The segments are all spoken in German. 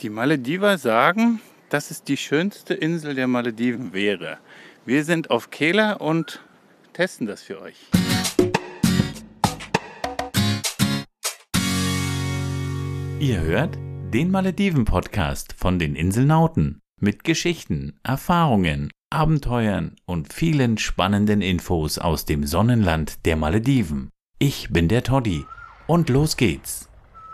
Die Malediver sagen, dass es die schönste Insel der Malediven wäre. Wir sind auf Kela und testen das für euch. Ihr hört den Malediven-Podcast von den Inselnauten mit Geschichten, Erfahrungen, Abenteuern und vielen spannenden Infos aus dem Sonnenland der Malediven. Ich bin der Toddy und los geht's.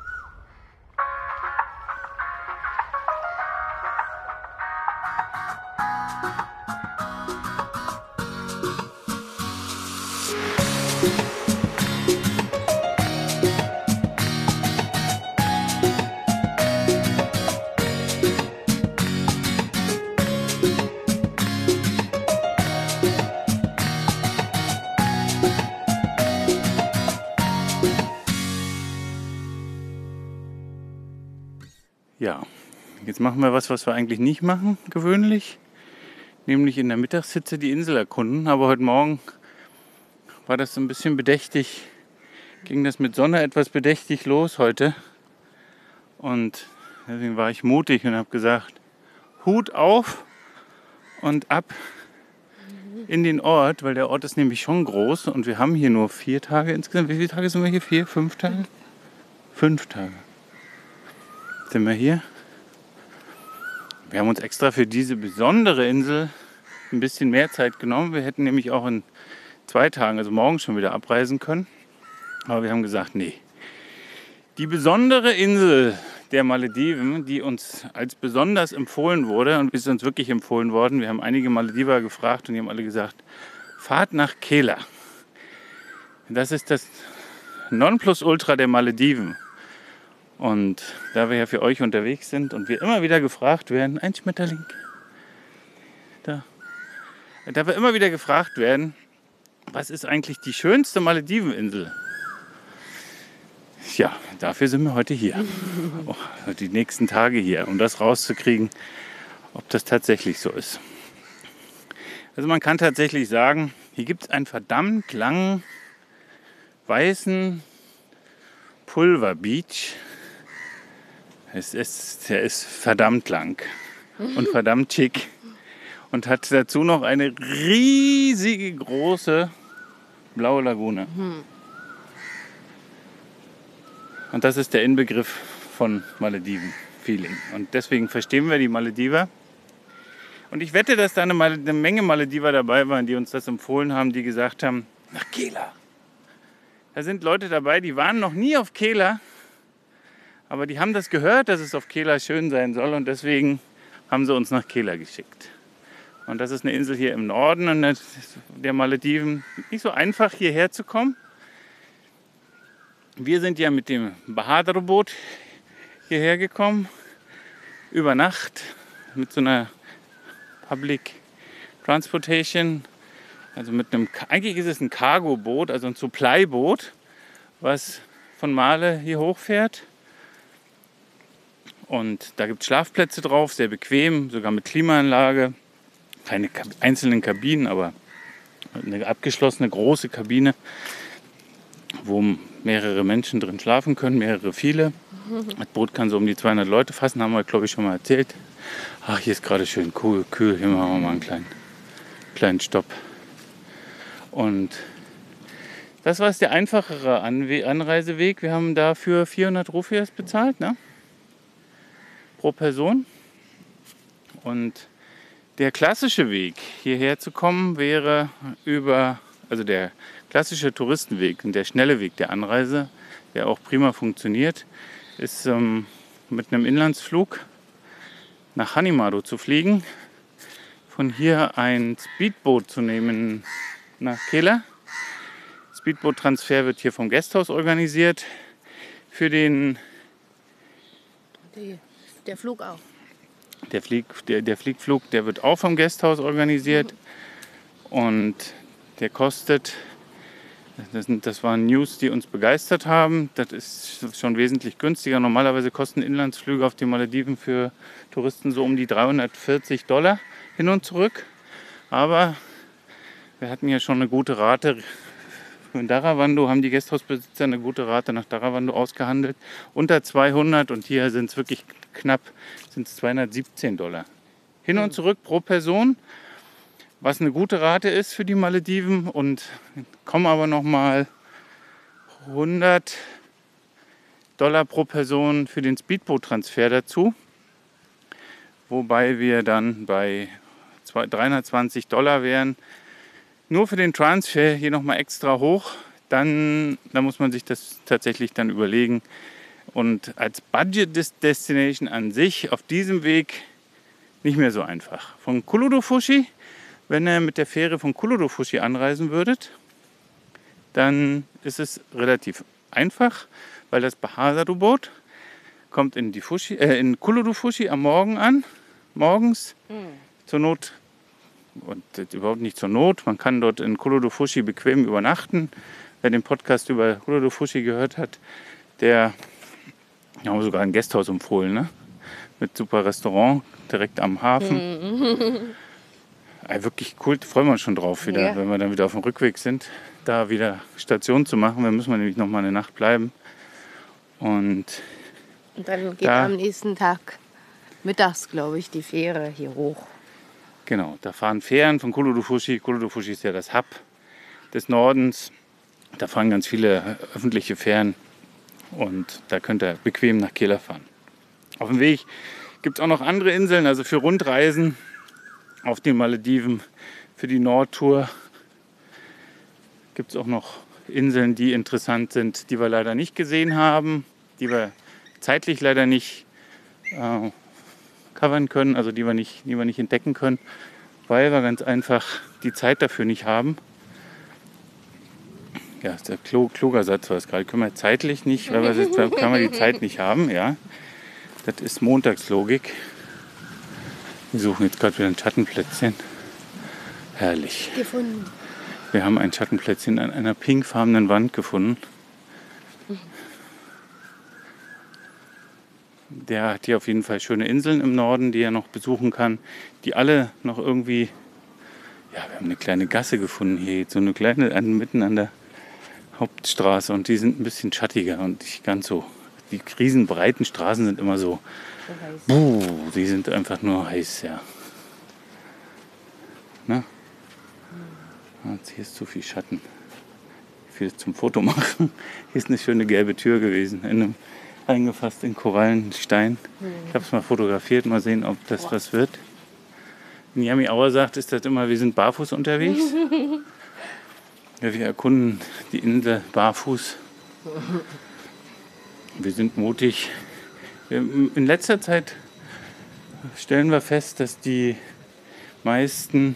Ja, jetzt machen wir was wir eigentlich nicht machen, gewöhnlich. Nämlich in der Mittagshitze die Insel erkunden. Aber heute Morgen war das so ein bisschen bedächtig. Ging das mit Sonne etwas bedächtig los heute. Und deswegen war ich mutig und habe gesagt, Hut auf und ab in den Ort. Weil der Ort ist nämlich schon groß. Und wir haben hier nur 4 Tage insgesamt. Wie viele Tage sind wir hier? 4, 5 Tage? 5 Tage. Sind wir hier. Wir haben uns extra für diese besondere Insel ein bisschen mehr Zeit genommen. Wir hätten nämlich auch in 2 Tagen, also morgen schon wieder abreisen können. Aber wir haben gesagt, nee. Die besondere Insel der Malediven, die uns als besonders empfohlen wurde und ist uns wirklich empfohlen worden. Wir haben einige Malediver gefragt und die haben alle gesagt, fahrt nach Kela. Das ist das Nonplusultra der Malediven. Und da wir ja für euch unterwegs sind und wir immer wieder gefragt werden, ein Schmetterling, da wir immer wieder gefragt werden, was ist eigentlich die schönste Malediveninsel? Ja, dafür sind wir heute hier. Die nächsten Tage hier, um das rauszukriegen, ob das tatsächlich so ist. Also man kann tatsächlich sagen, hier gibt es einen verdammt langen, weißen Pulverbeach. Der ist verdammt lang und verdammt schick und hat dazu noch eine riesige große blaue Lagune. Und das ist der Inbegriff von Malediven-Feeling. Und deswegen verstehen wir die Malediver. Und ich wette, dass da eine Menge Malediver dabei waren, die uns das empfohlen haben, die gesagt haben, nach Kela. Da sind Leute dabei, die waren noch nie auf Kela. Aber die haben das gehört, dass es auf Kela schön sein soll und deswegen haben sie uns nach Kela geschickt. Und das ist eine Insel hier im Norden der Malediven. Nicht so einfach hierher zu kommen. Wir sind ja mit dem Bahadur-Boot hierher gekommen. Über Nacht mit so einer Public Transportation. Also eigentlich ist es ein Cargo-Boot, also ein Supply-Boot, was von Male hier hochfährt. Und da gibt es Schlafplätze drauf, sehr bequem, sogar mit Klimaanlage. Keine einzelnen Kabinen, aber eine abgeschlossene große Kabine, wo mehrere Menschen drin schlafen können, viele. Das Boot kann so um die 200 Leute fassen, haben wir, glaube ich, schon mal erzählt. Ach, hier ist gerade schön kühl, hier machen wir mal einen kleinen Stopp. Und das war der einfachere Anreiseweg. Wir haben dafür 400 Rupias bezahlt, ne? Pro Person. Und der klassische Weg, hierher zu kommen, wäre der klassische Touristenweg und der schnelle Weg der Anreise, der auch prima funktioniert, ist mit einem Inlandsflug nach Hanhimadum zu fliegen, von hier ein Speedboot zu nehmen nach Kela. Speedboot-Transfer wird hier vom Gasthaus organisiert. Der Flug auch. Der Fliegflug, der wird auch vom Gasthaus organisiert und der kostet, das waren News, die uns begeistert haben, das ist schon wesentlich günstiger. Normalerweise kosten Inlandsflüge auf die Malediven für Touristen so um die $340 hin und zurück, aber wir hatten ja schon eine gute Rate In Dharavando haben die Gasthausbesitzer eine gute Rate nach Dharavando ausgehandelt. Unter 200 und hier sind es wirklich knapp, sind es $217. Hin und zurück pro Person, was eine gute Rate ist für die Malediven, und kommen aber nochmal $100 pro Person für den Speedboot-Transfer dazu, wobei wir dann bei $320 wären. Nur für den Transfer hier nochmal extra hoch, da muss man sich das tatsächlich dann überlegen. Und als Budget-Destination an sich auf diesem Weg nicht mehr so einfach. Von Kuludufushi, wenn ihr mit der Fähre von Kuludufushi anreisen würdet, dann ist es relativ einfach, weil das Bahasadu-Boot kommt in Kuludufushi am Morgen an, morgens. Zur Not, und überhaupt nicht zur Not, man kann dort in Kuludufushi bequem übernachten. Wer den Podcast über Kuludufushi gehört hat, der haben wir sogar ein Gasthaus empfohlen, ne? Mit super Restaurant direkt am Hafen. Wirklich cool, freuen wir uns schon drauf wieder, wenn wir dann wieder auf dem Rückweg sind, da wieder Station zu machen. Da müssen wir nämlich noch mal eine Nacht bleiben. Und dann geht am nächsten Tag mittags, glaube ich, die Fähre hier hoch. Genau, da fahren Fähren von Kuludufushi. Kuludufushi ist ja das Hub des Nordens. Da fahren ganz viele öffentliche Fähren und da könnt ihr bequem nach Kela fahren. Auf dem Weg gibt es auch noch andere Inseln, also für Rundreisen auf den Malediven, für die Nordtour gibt es auch noch Inseln, die interessant sind, die wir leider nicht gesehen haben, die wir zeitlich leider nicht covern können, also die wir nicht entdecken können, weil wir ganz einfach die Zeit dafür nicht haben. Ja, der kluger Satz war es gerade. Können wir zeitlich nicht, weil kann man die Zeit nicht haben, ja. Das ist Montagslogik. Wir suchen jetzt gerade wieder ein Schattenplätzchen. Herrlich. Gefunden. Wir haben ein Schattenplätzchen an einer pinkfarbenen Wand gefunden. Der hat hier auf jeden Fall schöne Inseln im Norden, die er noch besuchen kann. Die alle noch irgendwie... Ja, wir haben eine kleine Gasse gefunden hier. So eine kleine, mitten an der Hauptstraße. Und die sind ein bisschen schattiger und nicht ganz so... Die riesenbreiten Straßen sind immer so... die sind einfach nur heiß, ja. Na? Jetzt hier ist zu viel Schatten. Ich will jetzt zum Foto machen. Hier ist eine schöne gelbe Tür gewesen. Eingefasst in Korallenstein. Ich habe es mal fotografiert, mal sehen, ob das was wird. Wenn Yami Auer sagt, ist das immer, wir sind barfuß unterwegs. Ja, wir erkunden die Insel barfuß. Wir sind mutig. In letzter Zeit stellen wir fest, dass die meisten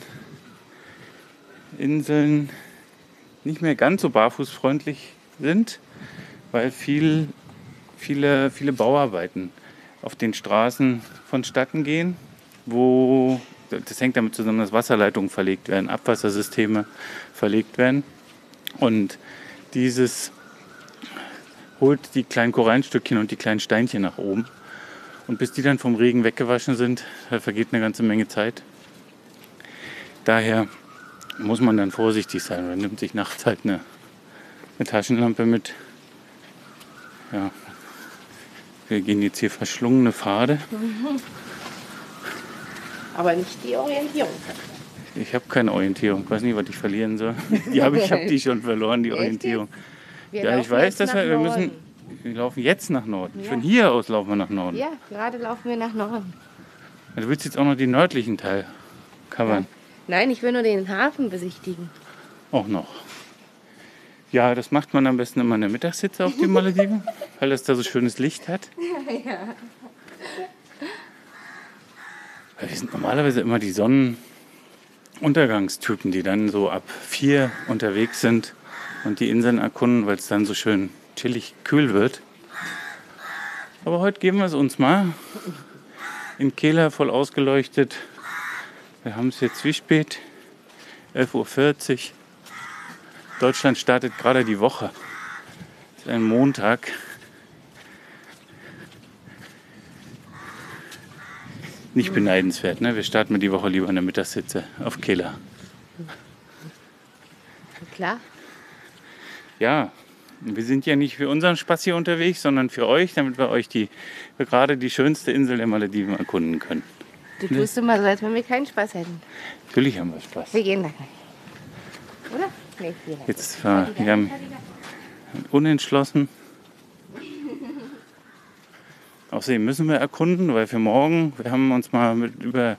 Inseln nicht mehr ganz so barfußfreundlich sind, weil viele Bauarbeiten auf den Straßen vonstatten gehen, das hängt damit zusammen, dass Wasserleitungen verlegt werden, Abwassersysteme verlegt werden. Und dieses holt die kleinen Korallenstückchen und die kleinen Steinchen nach oben. Und bis die dann vom Regen weggewaschen sind, vergeht eine ganze Menge Zeit. Daher muss man dann vorsichtig sein. Man nimmt sich nachts halt eine Taschenlampe mit. Ja. Wir gehen jetzt hier verschlungene Pfade. Aber nicht die Orientierung. Ich habe keine Orientierung. Ich weiß nicht, was ich verlieren soll. Ich habe die schon verloren, die Orientierung. Ja, ich weiß, dass wir müssen. Wir laufen jetzt nach Norden. Ja. Von hier aus laufen wir nach Norden. Ja, gerade laufen wir nach Norden. Du willst jetzt auch noch den nördlichen Teil covern? Ja. Nein, ich will nur den Hafen besichtigen. Auch noch. Ja, das macht man am besten immer in der Mittagshitze auf den Malediven, weil es da so schönes Licht hat. Ja. Weil wir sind normalerweise immer die Sonnenuntergangstypen, die dann so ab 4 unterwegs sind und die Inseln erkunden, weil es dann so schön chillig kühl wird. Aber heute geben wir es uns mal. In Kela voll ausgeleuchtet. Wir haben es jetzt wie spät? 11:40 Uhr. Deutschland startet gerade die Woche. Es ist ein Montag. Nicht beneidenswert, ne? Wir starten die Woche lieber in der Mittagshitze auf Kela. Klar. Ja, wir sind ja nicht für unseren Spaß hier unterwegs, sondern für euch, damit wir euch gerade die schönste Insel der Malediven erkunden können. Du tust immer so, als wenn wir keinen Spaß hätten. Natürlich haben wir Spaß. Wir gehen da gleich. Oder? Nee, hier. Wir haben unentschlossen. Außerdem müssen wir erkunden, weil für morgen, wir haben uns mal über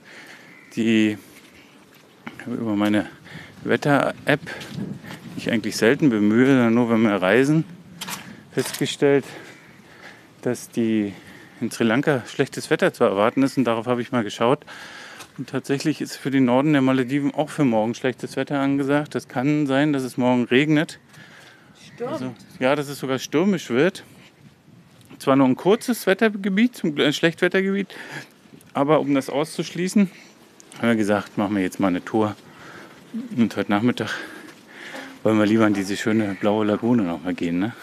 meine Wetter-App, die ich eigentlich selten bemühe, sondern nur wenn wir reisen, festgestellt, dass in Sri Lanka schlechtes Wetter zu erwarten ist. Und darauf habe ich mal geschaut. Und tatsächlich ist für den Norden der Malediven auch für morgen schlechtes Wetter angesagt. Das kann sein, dass es morgen regnet. Stürmt. Ja, dass es sogar stürmisch wird. Zwar nur ein kurzes Wettergebiet, ein Schlechtwettergebiet, aber um das auszuschließen, haben wir gesagt, machen wir jetzt mal eine Tour. Und heute Nachmittag wollen wir lieber in diese schöne blaue Lagune noch mal gehen, ne?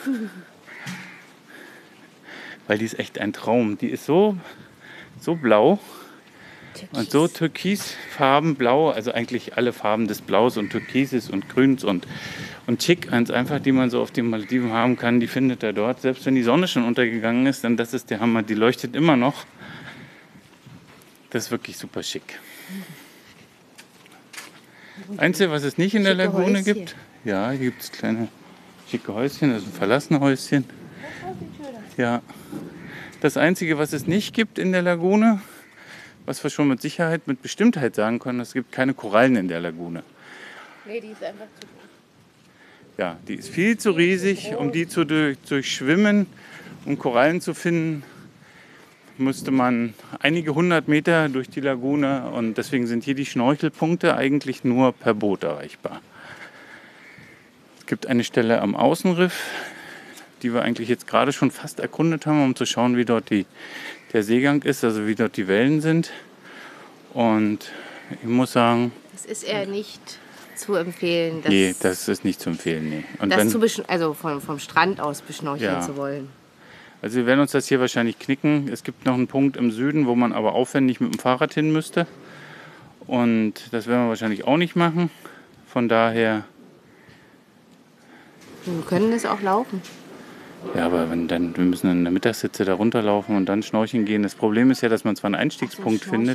Weil die ist echt ein Traum. Die ist so blau. Türkis. Und so türkisfarben blau, also eigentlich alle Farben des Blaus und Türkises und Grüns und schick, ganz einfach, die man so auf den Malediven haben kann, die findet er dort. Selbst wenn die Sonne schon untergegangen ist, dann das ist der Hammer, die leuchtet immer noch. Das ist wirklich super schick. Einzige, was es nicht in der Lagune gibt, ja, hier gibt es kleine schicke Häuschen, das ist ein verlassenes Häuschen. Ja, das Einzige, was es nicht gibt in der Lagune, was wir schon mit Sicherheit, mit Bestimmtheit sagen können, es gibt keine Korallen in der Lagune. Nee, die ist einfach zu groß. Ja, die ist viel zu riesig, um die zu durchschwimmen. Um Korallen zu finden, müsste man einige 100 Meter durch die Lagune. Und deswegen sind hier die Schnorchelpunkte eigentlich nur per Boot erreichbar. Es gibt eine Stelle am Außenriff, die wir eigentlich jetzt gerade schon fast erkundet haben, um zu schauen, wie dort der Seegang ist, also wie dort die Wellen sind. Und ich muss sagen... Das ist eher nicht zu empfehlen. Nee, das ist nicht zu empfehlen, nee. Und also vom Strand aus beschnorcheln zu wollen. Also wir werden uns das hier wahrscheinlich knicken. Es gibt noch einen Punkt im Süden, wo man aber aufwendig mit dem Fahrrad hin müsste. Und das werden wir wahrscheinlich auch nicht machen. Von daher... Wir können das auch laufen. Ja, aber wir müssen in der Mittagshitze da runterlaufen und dann schnorcheln gehen. Das Problem ist ja, dass man zwar einen Einstiegspunkt findet,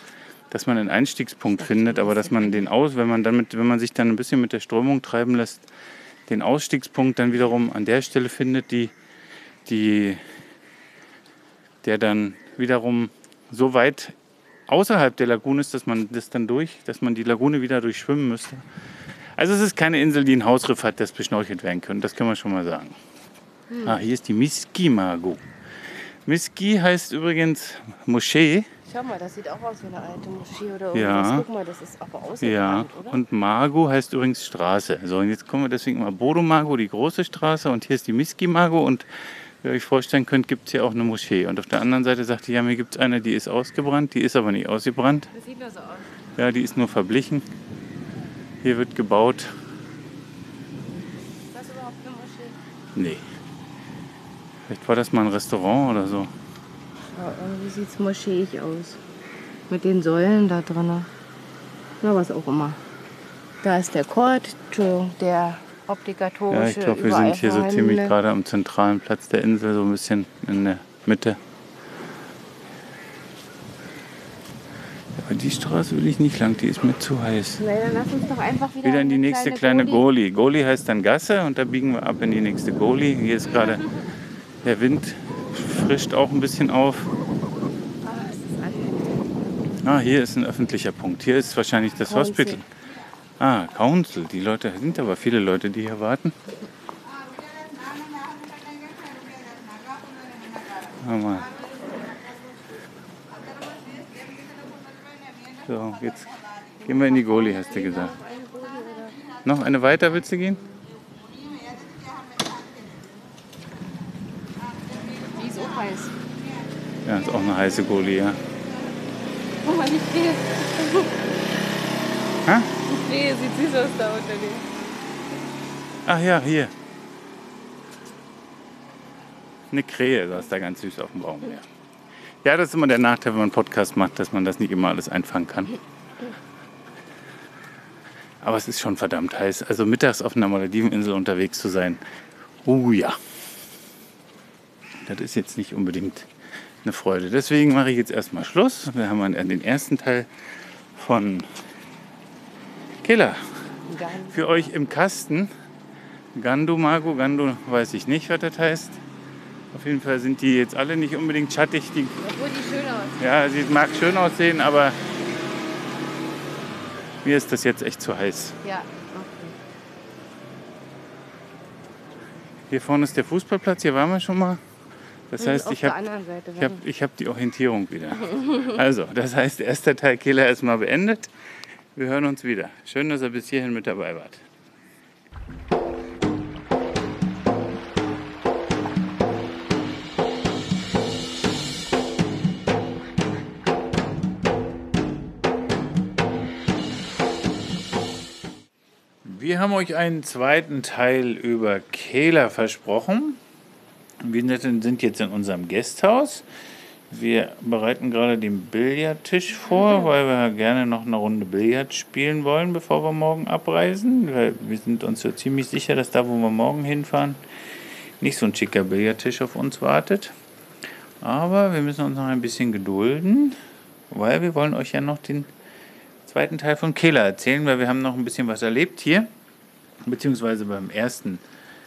aber dass man wenn man sich dann ein bisschen mit der Strömung treiben lässt, den Ausstiegspunkt dann wiederum an der Stelle findet, der dann wiederum so weit außerhalb der Lagune ist, dass man die Lagune wieder durchschwimmen müsste. Also es ist keine Insel, die ein Hausriff hat, das beschnorchelt werden können. Das können wir schon mal sagen. Hier ist die Miski Mago. Miski heißt übrigens Moschee. Schau mal, das sieht auch aus wie eine alte Moschee oder irgendwas. Ja. Guck mal, das ist aber ausgebrannt, oder? Und Mago heißt übrigens Straße. So, und jetzt kommen wir deswegen mal Bodo Mago, die große Straße. Und hier ist die Miski Mago. Und wie ihr euch vorstellen könnt, gibt es hier auch eine Moschee. Und auf der anderen Seite sagte ja, mir gibt es eine, die ist ausgebrannt. Die ist aber nicht ausgebrannt. Das sieht nur so aus. Ja, die ist nur verblichen. Hier wird gebaut. Ist das überhaupt eine Moschee? Nee. Vielleicht war das mal ein Restaurant oder so. Ja, irgendwie sieht es moscheeig aus. Mit den Säulen da drin. Na, was auch immer. Da ist der Court, der obligatorische. Ja, ich glaube, wir sind hier so ziemlich gerade am zentralen Platz der Insel, so ein bisschen in der Mitte. Aber die Straße will ich nicht lang, die ist mir zu heiß. Na, dann lass uns doch einfach wieder in die nächste kleine Goli. Goli heißt dann Gasse und da biegen wir ab in die nächste Goli. Hier ist gerade der Wind, frischt auch ein bisschen auf. Hier ist ein öffentlicher Punkt. Hier ist wahrscheinlich das Hospital. Council. Die Leute, sind aber viele Leute, die hier warten. Mal. So, jetzt gehen wir in die Goli, hast du gesagt. Noch eine weiter willst du gehen? Die ist auch heiß. Ja, ist auch eine heiße Goli, ja. Oh Mann, ich sehe. Hä? Nee, sieht süß aus da unter dem. Ach ja, hier. Eine Krähe saß da ganz süß auf dem Baum. Ja. Ja, das ist immer der Nachteil, wenn man einen Podcast macht, dass man das nicht immer alles einfangen kann. Aber es ist schon verdammt heiß. Also mittags auf einer Malediveninsel unterwegs zu sein. Ja. Das ist jetzt nicht unbedingt eine Freude. Deswegen mache ich jetzt erstmal Schluss. Wir haben den ersten Teil von Kela für euch im Kasten. Gandu weiß ich nicht, was das heißt. Auf jeden Fall sind die jetzt alle nicht unbedingt schattig. Obwohl die schön aussehen. Ja, sie mag schön aussehen, aber mir ist das jetzt echt zu heiß. Ja, okay. Hier vorne ist der Fußballplatz, hier waren wir schon mal. Das heißt, ich habe die Orientierung wieder. Also, das heißt, erster Teil Kela ist mal beendet. Wir hören uns wieder. Schön, dass ihr bis hierhin mit dabei wart. Wir haben euch einen zweiten Teil über Kela versprochen. Wir sind jetzt in unserem Gasthaus. Wir bereiten gerade den Billardtisch vor, weil wir gerne noch eine Runde Billard spielen wollen, bevor wir morgen abreisen. Weil wir sind uns so ziemlich sicher, dass da, wo wir morgen hinfahren, nicht so ein schicker Billardtisch auf uns wartet. Aber wir müssen uns noch ein bisschen gedulden, weil wir wollen euch ja noch den zweiten Teil von Kela erzählen, weil wir haben noch ein bisschen was erlebt hier, beziehungsweise beim ersten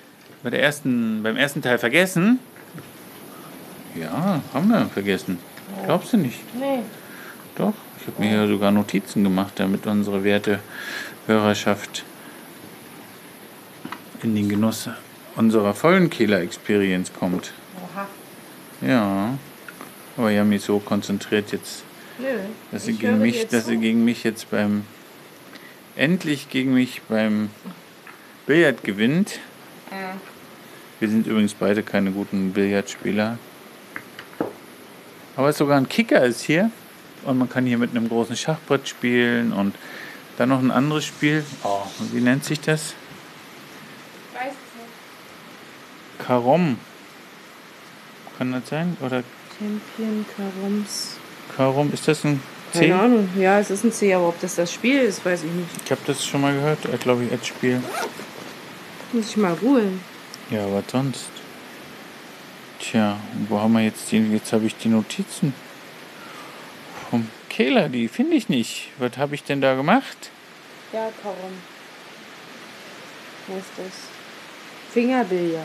Teil vergessen. Ja, haben wir vergessen. Glaubst du nicht? Nee. Doch, ich habe mir ja sogar Notizen gemacht, damit unsere werte Hörerschaft in den Genuss unserer vollen Kela-Experience kommt. Oha. Ja, aber ich habe mich so konzentriert jetzt, Nö. dass sie endlich gegen mich beim Billard gewinnt. Ja. Wir sind übrigens beide keine guten Billardspieler. Aber sogar ein Kicker ist hier. Und man kann hier mit einem großen Schachbrett spielen. Und dann noch ein anderes Spiel. Oh, wie nennt sich das? Ich weiß es nicht. Karom. Kann das sein? Oder Champion Karoms. Karom, ist das ein C? Keine Ahnung. Ja, es ist ein C, aber ob das Spiel ist, weiß ich nicht. Ich habe das schon mal gehört. Glaube ich, als Spiel. Muss ich mal googeln. Ja, was sonst? Tja, wo haben wir jetzt die? Jetzt habe ich die Notizen vom Kela, die finde ich nicht. Was habe ich denn da gemacht? Ja, Karom. Was ist das? Fingerbillard.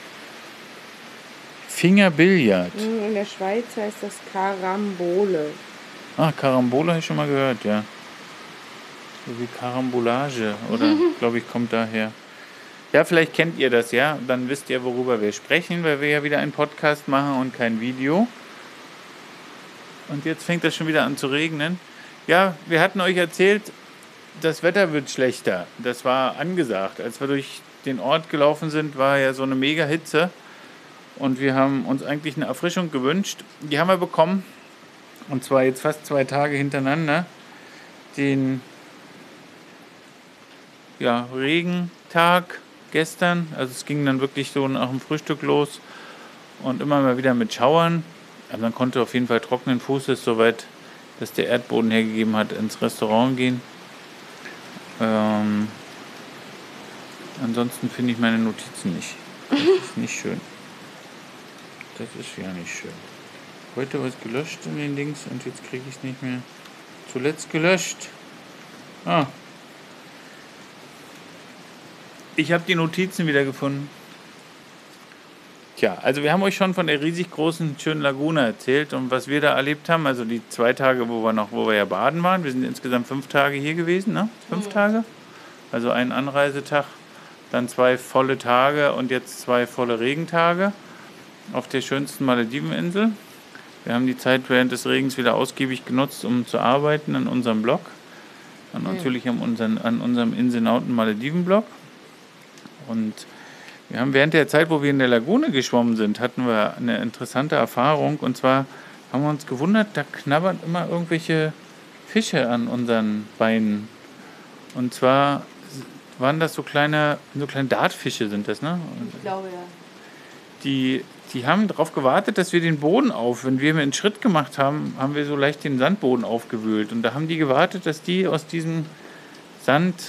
Fingerbillard. In der Schweiz heißt das Karambole. Ah, Karambole habe ich schon mal gehört, ja. So wie Karambolage, oder glaube ich, kommt daher. Ja, vielleicht kennt ihr das, ja. Dann wisst ihr, worüber wir sprechen, weil wir ja wieder einen Podcast machen und kein Video. Und jetzt fängt das schon wieder an zu regnen. Ja, wir hatten euch erzählt, das Wetter wird schlechter. Das war angesagt. Als wir durch den Ort gelaufen sind, war ja so eine mega Hitze. Und wir haben uns eigentlich eine Erfrischung gewünscht. Die haben wir bekommen. Und zwar jetzt fast 2 Tage hintereinander. Den Regentag gestern. Also es ging dann wirklich so nach dem Frühstück los. Und immer mal wieder mit Schauern. Aber man konnte auf jeden Fall trockenen Fußes, soweit dass der Erdboden hergegeben hat, ins Restaurant gehen. Ansonsten finde ich meine Notizen nicht. Das ist nicht schön. Das ist ja nicht schön. Heute was gelöscht in den Dings und jetzt kriege ich es nicht mehr. Zuletzt gelöscht. Ah. Ich habe die Notizen wieder gefunden. Tja, also wir haben euch schon von der riesig großen, schönen Lagune erzählt und was wir da erlebt haben. Also die 2 Tage, wo wir ja baden waren. Wir sind insgesamt 5 Tage hier gewesen, ne? 5 Tage. Also ein Anreisetag, dann 2 volle Tage und jetzt 2 volle Regentage auf der schönsten Malediveninsel. Wir haben die Zeit während des Regens wieder ausgiebig genutzt, um zu arbeiten an unserem Blog. Und natürlich an unserem Inselnauten-Malediven-Blog. Und wir haben während der Zeit, wo wir in der Lagune geschwommen sind, hatten wir eine interessante Erfahrung. Und zwar haben wir uns gewundert, da knabbern immer irgendwelche Fische an unseren Beinen. Und zwar waren das so kleine Dartfische sind das, ne? Ich glaube, ja. Die haben darauf gewartet, dass wir den Boden wenn wir einen Schritt gemacht haben, haben wir so leicht den Sandboden aufgewühlt. Und da haben die gewartet, dass die aus diesem Sand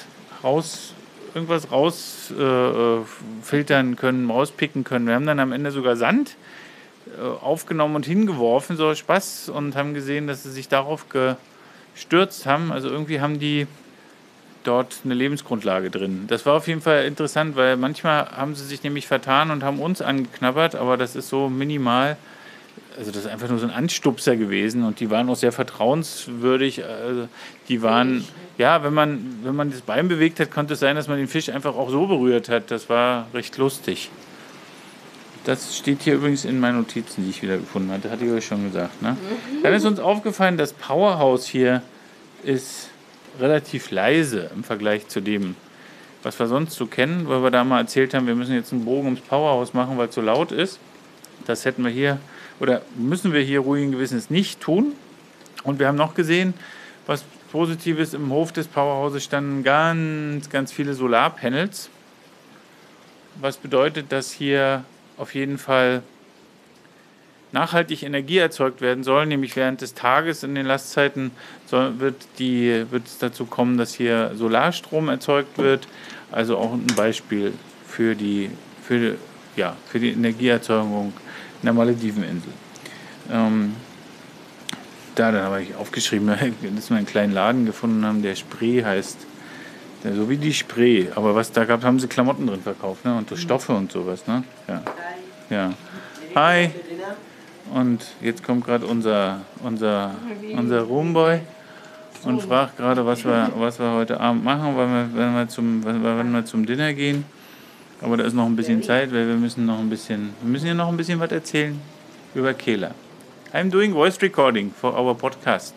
irgendwas rausfiltern können, rauspicken können. Wir haben dann am Ende sogar Sand aufgenommen und hingeworfen, so Spaß, und haben gesehen, dass sie sich darauf gestürzt haben. Also irgendwie haben die dort eine Lebensgrundlage drin. Das war auf jeden Fall interessant, weil manchmal haben sie sich nämlich vertan und haben uns angeknabbert, aber das ist so minimal. Also das ist einfach nur so ein Anstupser gewesen und die waren auch sehr vertrauenswürdig. Also die waren, ja, wenn man das Bein bewegt hat, konnte es sein, dass man den Fisch einfach auch so berührt hat. Das war recht lustig. Das steht hier übrigens in meinen Notizen, die ich wieder gefunden hatte. Hatte ich euch schon gesagt. Ne? Dann ist uns aufgefallen, das Powerhouse hier ist relativ leise im Vergleich zu dem, was wir sonst so kennen, weil wir da mal erzählt haben, wir müssen jetzt einen Bogen ums Powerhouse machen, weil es so laut ist. Das hätten wir hier, oder müssen wir hier ruhigen Gewissens nicht tun. Und wir haben noch gesehen, was Positives: im Hof des Powerhouses standen ganz, ganz viele Solarpanels. Was bedeutet, dass hier auf jeden Fall nachhaltig Energie erzeugt werden soll, nämlich während des Tages in den Lastzeiten wird es dazu kommen, dass hier Solarstrom erzeugt wird. Also auch ein Beispiel für die Energieerzeugung in der Malediveninsel. Dann habe ich aufgeschrieben, dass wir einen kleinen Laden gefunden haben, der Spree heißt. So wie die Spree. Aber was da gab, haben sie Klamotten drin verkauft, ne? Und so Stoffe und sowas. Ne? Ja. Hi. Und jetzt kommt gerade unser Roomboy und fragt gerade, was wir heute Abend machen, wenn wir zum Dinner gehen. Aber da ist noch ein bisschen Zeit, weil wir müssen hier noch ein bisschen was erzählen über Kela. I'm doing voice recording for our podcast.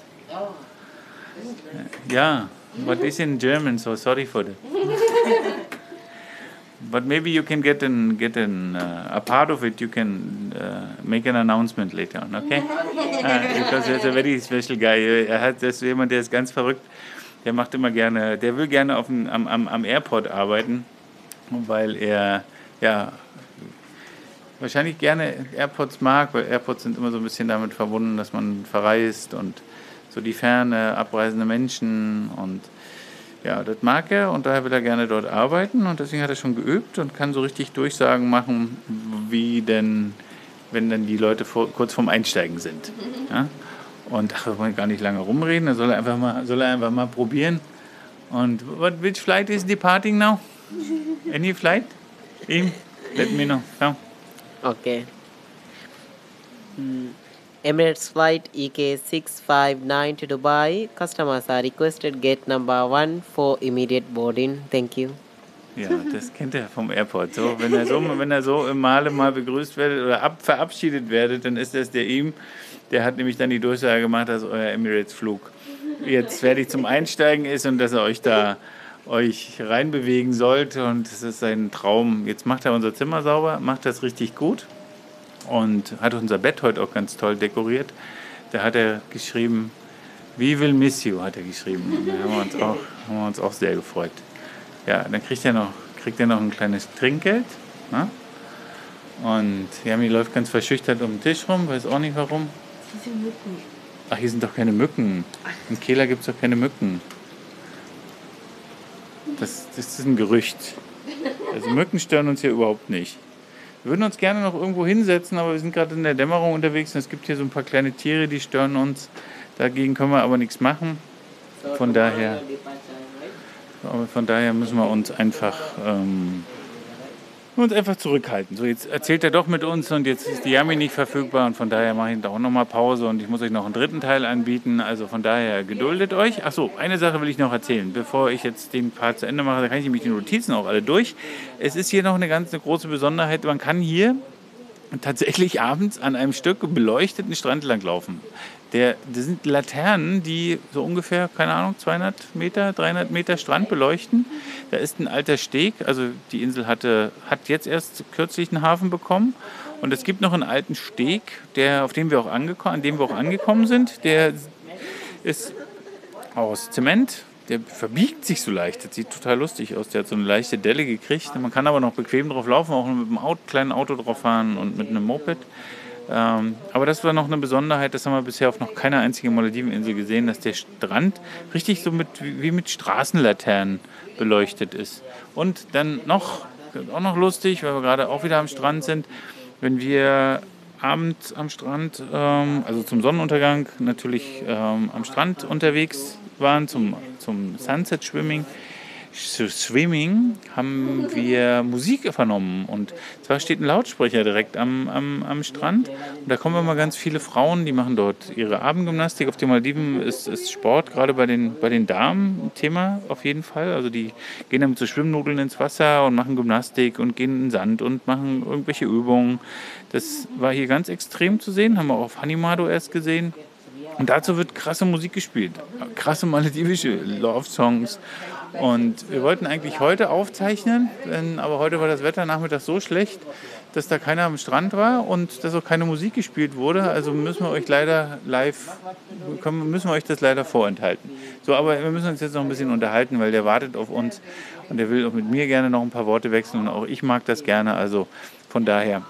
Yeah, but it's in German, so sorry for that. But maybe you can get a part of it. You can make an announcement later on, okay? Because he's a very special guy. Das ist jemand, der ist ganz verrückt. Der will gerne am Airport arbeiten, weil er wahrscheinlich gerne Airports mag, weil Airports sind immer so ein bisschen damit verbunden, dass man verreist und so die ferne, abreisende Menschen, und ja, das mag er, und daher will er gerne dort arbeiten, und deswegen hat er schon geübt und kann so richtig Durchsagen machen, wie denn, wenn dann die Leute kurz vorm Einsteigen sind. Ja? Und da wollen wir gar nicht lange rumreden, da soll er einfach mal probieren. Und which flight is departing now? Any flight? Let me know. No. Okay. Emirates Flight EK659 to Dubai. Customers are requested gate number 1 for immediate boarding. Thank you. Ja, das kennt er vom Airport. So, wenn er so im Male mal begrüßt werdet oder verabschiedet werdet, dann ist das der hat nämlich dann die Durchsage gemacht, dass euer Emirates-Flug jetzt fertig zum Einsteigen ist und dass er euch reinbewegen sollt, und das ist sein Traum. Jetzt macht er unser Zimmer sauber, macht das richtig gut und hat unser Bett heute auch ganz toll dekoriert. Da hat er geschrieben, "We will miss you", hat er geschrieben. Da haben wir uns auch sehr gefreut. Ja, dann kriegt er noch ein kleines Trinkgeld. Ne? Und Yami läuft ganz verschüchtert um den Tisch rum, weiß auch nicht warum. Hier sind Mücken. Ach, hier sind doch keine Mücken. In Kela gibt es doch keine Mücken. Das ist ein Gerücht. Also Mücken stören uns hier überhaupt nicht. Wir würden uns gerne noch irgendwo hinsetzen, aber wir sind gerade in der Dämmerung unterwegs und es gibt hier so ein paar kleine Tiere, die stören uns. Dagegen können wir aber nichts machen. Von daher müssen wir uns einfach zurückhalten. So, jetzt erzählt er doch mit uns und jetzt ist die Yami nicht verfügbar und von daher mache ich auch nochmal Pause und ich muss euch noch einen dritten Teil anbieten. Also von daher geduldet euch. Achso, eine Sache will ich noch erzählen, bevor ich jetzt den Part zu Ende mache. Da kann ich nämlich die Notizen auch alle durch. Es ist hier noch eine große Besonderheit. Man kann hier tatsächlich abends an einem Stück beleuchteten Strand langlaufen. Das sind Laternen, die so ungefähr, keine Ahnung, 200 Meter, 300 Meter Strand beleuchten. Da ist ein alter Steg, also die Insel hat jetzt erst kürzlich einen Hafen bekommen. Und es gibt noch einen alten Steg, an dem wir auch angekommen sind. Der ist aus Zement, der verbiegt sich so leicht. Das sieht total lustig aus. Der hat so eine leichte Delle gekriegt. Man kann aber noch bequem drauf laufen, auch mit einem kleinen Auto drauf fahren und mit einem Moped. Aber das war noch eine Besonderheit, das haben wir bisher auf noch keiner einzigen Malediveninsel gesehen, dass der Strand richtig so wie mit Straßenlaternen beleuchtet ist. Und dann auch noch lustig, weil wir gerade auch wieder am Strand sind, wenn wir abends am Strand, also zum Sonnenuntergang natürlich am Strand unterwegs waren, zum Sunset Swimming, haben wir Musik vernommen. Und zwar steht ein Lautsprecher direkt am Strand. Und da kommen immer ganz viele Frauen, die machen dort ihre Abendgymnastik. Auf den Malediven ist Sport gerade bei den Damen ein Thema auf jeden Fall. Also die gehen dann mit so Schwimmnudeln ins Wasser und machen Gymnastik und gehen in den Sand und machen irgendwelche Übungen. Das war hier ganz extrem zu sehen, haben wir auch auf Hanimado erst gesehen. Und dazu wird krasse Musik gespielt, krasse maledivische Love-Songs. Und wir wollten eigentlich heute aufzeichnen, aber heute war das Wetter nachmittags so schlecht, dass da keiner am Strand war und dass auch keine Musik gespielt wurde. Also müssen wir euch das leider vorenthalten. So, aber wir müssen uns jetzt noch ein bisschen unterhalten, weil der wartet auf uns und der will auch mit mir gerne noch ein paar Worte wechseln und auch ich mag das gerne. Also von daher,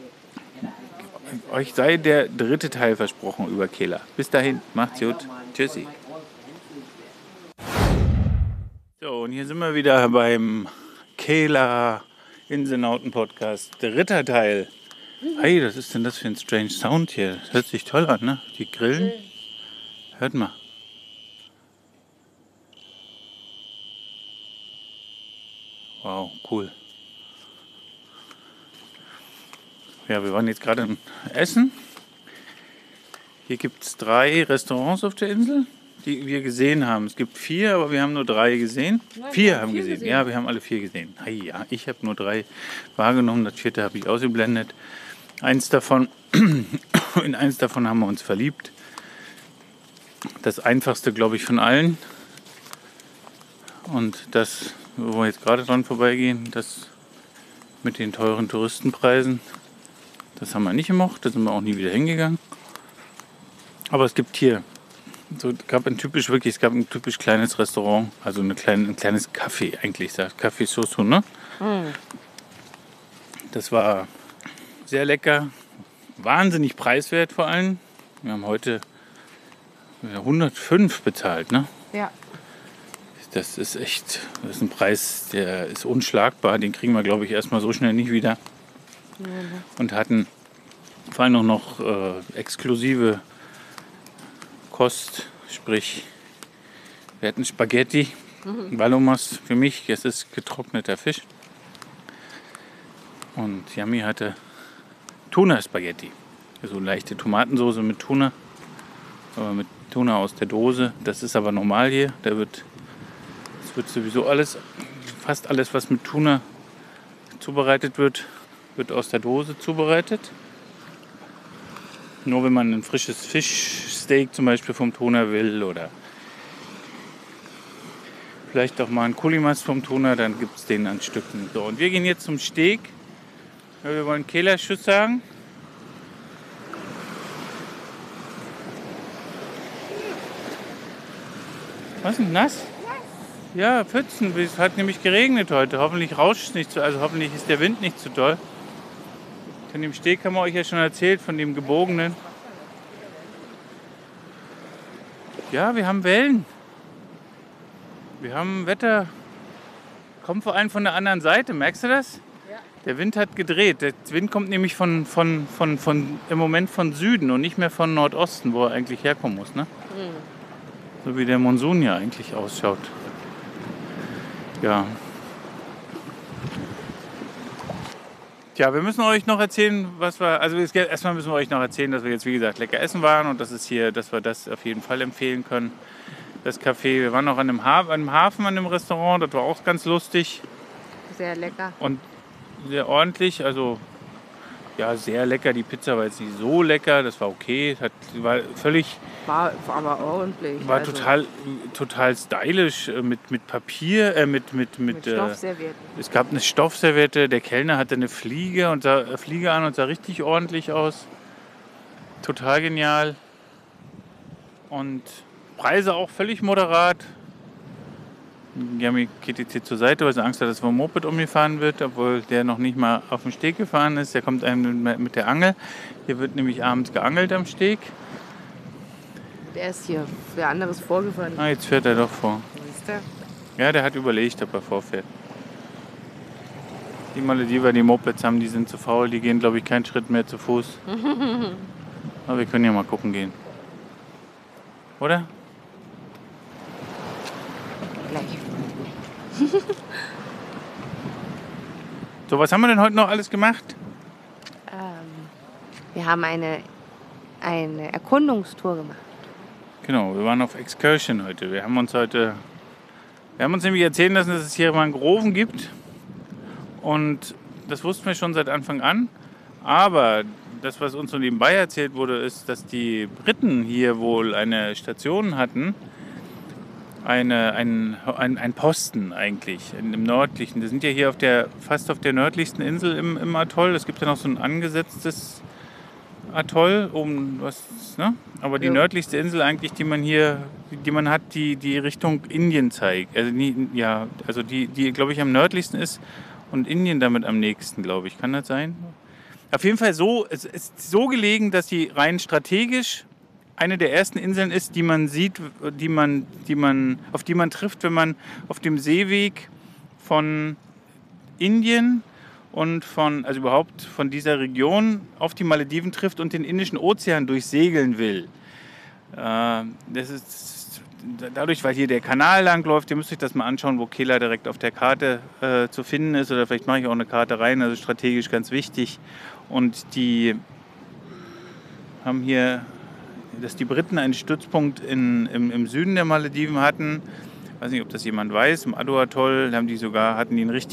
euch sei der 3. Teil versprochen über Kela. Bis dahin, macht's gut. Tschüssi. So, und hier sind wir wieder beim Kela Inselnauten-Podcast. 3. Teil. Hey, was ist denn das für ein strange Sound hier? Das hört sich toll an, ne? Die Grillen. Hört mal. Wow, cool. Ja, wir waren jetzt gerade im Essen. Hier gibt es 3 Restaurants auf der Insel, die wir gesehen haben. Es gibt 4, aber wir haben nur 3 gesehen. Nein, 4 haben gesehen. Ja, wir haben alle 4 gesehen. Hey, ja, ich habe nur 3 wahrgenommen. Das 4. habe ich ausgeblendet. In eins davon haben wir uns verliebt. Das einfachste, glaube ich, von allen. Und das, wo wir jetzt gerade dran vorbeigehen, das mit den teuren Touristenpreisen. Das haben wir nicht gemocht, da sind wir auch nie wieder hingegangen. Aber es gibt hier, es gab ein typisch kleines Restaurant, also ein kleines Café eigentlich, sagt Café Soso, ne? Das war sehr lecker, wahnsinnig preiswert vor allem. Wir haben heute 105 bezahlt, ne? Ja. Das ist ein Preis, der ist unschlagbar, den kriegen wir, glaube ich, erstmal so schnell nicht wieder. Und hatten vor allem auch noch exklusive Kost, sprich wir hatten Spaghetti, Valomas für mich, es ist getrockneter Fisch. Und Yami hatte Tuna-Spaghetti, so leichte Tomatensauce mit Tuna, aber mit Tuna aus der Dose. Das ist aber normal hier, es wird sowieso fast alles, was mit Tuna zubereitet wird aus der Dose zubereitet. Nur wenn man ein frisches Fischsteak zum Beispiel vom Tuna will oder vielleicht auch mal ein Kulimas vom Tuna, dann gibt es den an Stücken. So, und wir gehen jetzt zum Steak. Wir wollen Kela-Schuss sagen. Was ist denn nass? Ja, Pfützen. Es hat nämlich geregnet heute. Hoffentlich rauscht es nicht also hoffentlich ist der Wind nicht zu doll. Von dem Steg haben wir euch ja schon erzählt, von dem gebogenen. Ja, wir haben Wellen. Wir haben Wetter. Kommt vor allem von der anderen Seite, merkst du das? Ja. Der Wind hat gedreht. Der Wind kommt nämlich im Moment von Süden und nicht mehr von Nordosten, wo er eigentlich herkommen muss, ne? So wie der Monsun ja eigentlich ausschaut. Ja. Tja, wir müssen euch noch erzählen, erstmal müssen wir euch noch erzählen, dass wir jetzt, wie gesagt, lecker essen waren und dass wir das auf jeden Fall empfehlen können. Das Café, wir waren noch an einem Hafen, an dem Restaurant, das war auch ganz lustig. Sehr lecker. Und sehr ordentlich, also ja, sehr lecker. Die Pizza war jetzt nicht so lecker, das war okay. War aber ordentlich. War total stylisch mit Papier, mit Stoffservietten. Es gab eine Stoffserviette, der Kellner hatte eine Fliege an und sah richtig ordentlich aus. Total genial. Und Preise auch völlig moderat. Yami geht jetzt hier zur Seite, weil sie Angst hat, dass vom Moped umgefahren wird, obwohl der noch nicht mal auf dem Steg gefahren ist. Der kommt einem mit der Angel. Hier wird nämlich abends geangelt am Steg. Der ist hier, der andere ist vorgefahren. Ah, jetzt fährt er doch vor. Siehst du? Ja, der hat überlegt, ob er vorfährt. Die Malediver, die Mopeds haben, die sind zu faul. Die gehen, glaube ich, keinen Schritt mehr zu Fuß. Aber wir können ja mal gucken gehen. Oder? Gleich. So, was haben wir denn heute noch alles gemacht? Wir haben eine Erkundungstour gemacht. Genau, wir waren auf Excursion heute. Wir haben uns nämlich erzählen lassen, dass es hier Mangroven gibt. Und das wussten wir schon seit Anfang an. Aber das, was uns so nebenbei erzählt wurde, ist, dass die Briten hier wohl eine Station hatten. Ein Posten eigentlich, im nördlichen. Wir sind ja hier fast auf der nördlichsten Insel im Atoll. Es gibt ja noch so ein angesetztes Atoll, ne? Aber die nördlichste Insel eigentlich, die man hat, die Richtung Indien zeigt. Also die glaube ich am nördlichsten ist und Indien damit am nächsten, glaube ich. Kann das sein? Auf jeden Fall es ist so gelegen, dass sie rein strategisch eine der ersten Inseln ist, die man sieht, auf die man trifft, wenn man auf dem Seeweg von Indien und also überhaupt von dieser Region auf die Malediven trifft und den Indischen Ozean durchsegeln will. Das ist dadurch, weil hier der Kanal lang läuft, ihr müsst euch das mal anschauen, wo Kela direkt auf der Karte zu finden ist, oder vielleicht mache ich auch eine Karte rein, also strategisch ganz wichtig. Und die haben hier, dass die Briten einen Stützpunkt im Süden der Malediven hatten. Ich weiß nicht, ob das jemand weiß. Im Ado-Atoll hatten die eine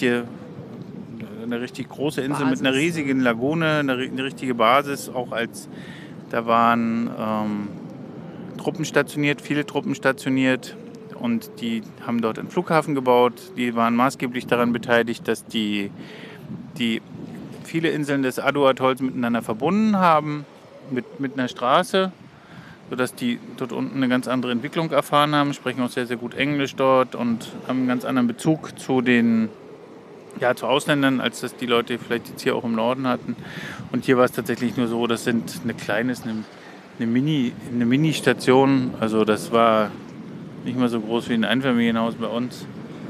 richtig große Insel mit einer riesigen Lagune, eine richtige Basis. Da waren Truppen stationiert, viele Truppen stationiert. Und die haben dort einen Flughafen gebaut. Die waren maßgeblich daran beteiligt, dass die viele Inseln des Ado-Atolls miteinander verbunden haben, mit einer Straße, sodass die dort unten eine ganz andere Entwicklung erfahren haben, sprechen auch sehr, sehr gut Englisch dort und haben einen ganz anderen Bezug zu Ausländern, als das die Leute vielleicht jetzt hier auch im Norden hatten. Und hier war es tatsächlich nur so, das sind eine Mini-Station, also das war nicht mal so groß wie ein Einfamilienhaus bei uns.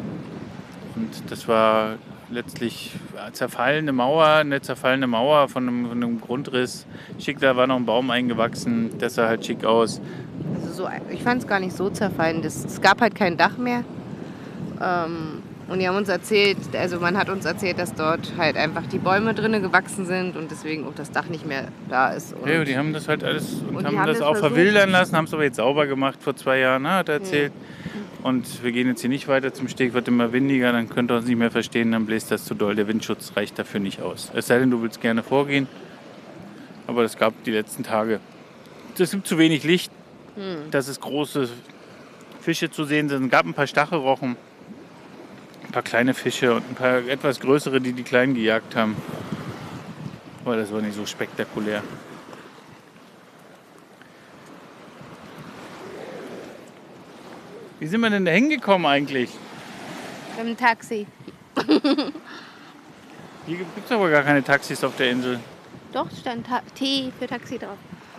Und das war letztlich eine zerfallene Mauer von einem Grundriss. Schick, da war noch ein Baum eingewachsen, das sah halt schick aus. Also ich fand es gar nicht so zerfallen. Es gab halt kein Dach mehr. Und die haben uns erzählt, also man hat uns erzählt, dass dort halt einfach die Bäume drinnen gewachsen sind und deswegen auch das Dach nicht mehr da ist. Und ja, die haben das halt alles und haben das auch versucht, verwildern lassen, haben es aber jetzt sauber gemacht vor 2 Jahren, ne, hat er erzählt. Ja. Und wir gehen jetzt hier nicht weiter zum Steg, wird immer windiger, dann könnt ihr uns nicht mehr verstehen, dann bläst das zu doll. Der Windschutz reicht dafür nicht aus. Es sei denn, du willst gerne vorgehen, aber das gab die letzten Tage. Es gibt zu wenig Licht, dass es große Fische zu sehen sind. Es gab ein paar Stachelrochen, ein paar kleine Fische und ein paar etwas größere, die Kleinen gejagt haben. Aber das war nicht so spektakulär. Wie sind wir denn da hingekommen eigentlich? Mit dem Taxi. Hier gibt es aber gar keine Taxis auf der Insel. Doch, stand T für Taxi drauf.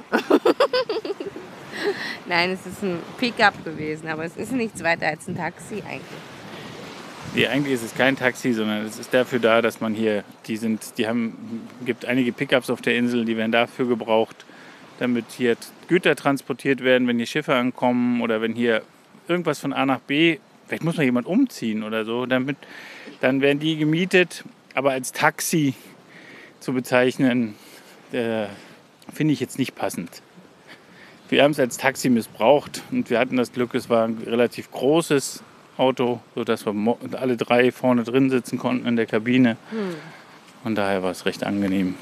Nein, es ist ein Pickup gewesen, aber es ist nichts weiter als ein Taxi eigentlich. Nee, eigentlich ist es kein Taxi, sondern es ist dafür da, dass man hier, gibt einige Pickups auf der Insel, die werden dafür gebraucht, damit hier Güter transportiert werden, wenn hier Schiffe ankommen oder wenn hier irgendwas von A nach B, vielleicht muss man jemand umziehen oder so, dann werden die gemietet, aber als Taxi zu bezeichnen, finde ich jetzt nicht passend. Wir haben es als Taxi missbraucht und wir hatten das Glück, es war ein relativ großes Auto, sodass wir alle 3 vorne drin sitzen konnten in der Kabine. Von daher war es recht angenehm.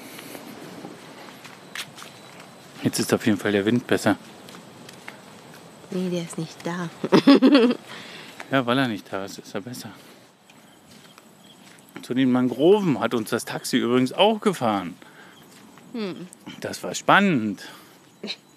Jetzt ist auf jeden Fall der Wind besser. Nee, der ist nicht da. Ja, weil er nicht da ist, ist er besser. Zu den Mangroven hat uns das Taxi übrigens auch gefahren. Das war spannend.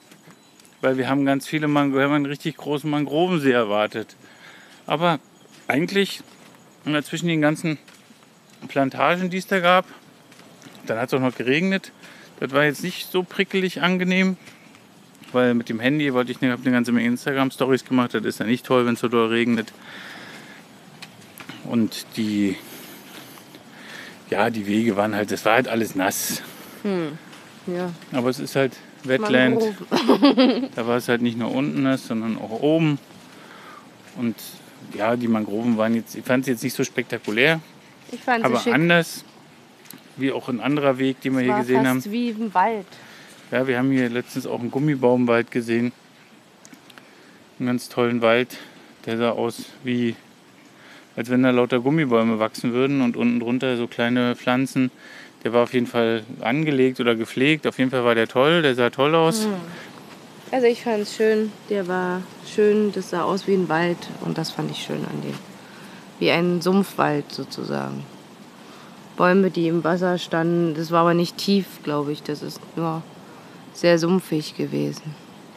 Weil wir haben ganz viele wir haben einen richtig großen Mangrovensee erwartet. Aber eigentlich zwischen den ganzen Plantagen, die es da gab, dann hat es auch noch geregnet. Das war jetzt nicht so prickelig angenehm, weil mit dem Handy habe eine ganze Menge Instagram-Stories gemacht. Das ist ja nicht toll, wenn es so doll regnet. Und die Wege waren halt, das war halt alles nass. Ja. Aber es ist halt Wetland. Da war es halt nicht nur unten nass, sondern auch oben. Und ja, die Mangroven waren jetzt, ich fand sie jetzt nicht so spektakulär, Ich fand aber sie schick. anders, wie auch ein anderer Weg, den wir hier gesehen haben. Fast wie im Wald. Ja, wir haben hier letztens auch einen Gummibaumwald gesehen. Einen ganz tollen Wald. Der sah aus wie, als wenn da lauter Gummibäume wachsen würden und unten drunter so kleine Pflanzen. Der war auf jeden Fall angelegt oder gepflegt. Auf jeden Fall war der toll. Der sah toll aus. Also ich fand es schön. Der war schön. Das sah aus wie ein Wald. Und das fand ich schön an dem. Wie ein Sumpfwald sozusagen. Bäume, die im Wasser standen. Das war aber nicht tief, glaube ich. Das ist nur sehr sumpfig gewesen.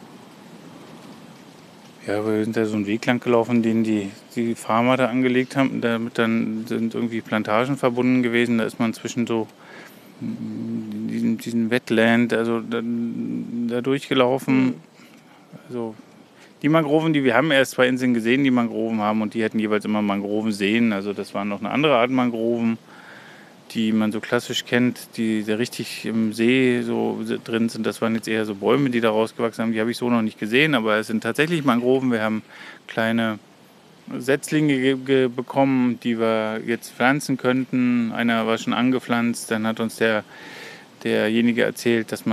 Ja, wir sind da so einen Weg lang gelaufen, den die Farmer da angelegt haben. Damit dann sind irgendwie Plantagen verbunden gewesen. Da ist man zwischen so diesen Wetland, also da durchgelaufen. Also die Mangroven, die wir haben erst 2 Inseln gesehen, die Mangroven haben, und die hatten jeweils immer Mangrovenseen. Also das waren noch eine andere Art Mangroven, die man so klassisch kennt, die richtig im See so drin sind. Das waren jetzt eher so Bäume, die da rausgewachsen haben. Die habe ich so noch nicht gesehen, aber es sind tatsächlich Mangroven. Wir haben kleine Setzlinge bekommen, die wir jetzt pflanzen könnten. Einer war schon angepflanzt. Dann hat uns derjenige erzählt, dass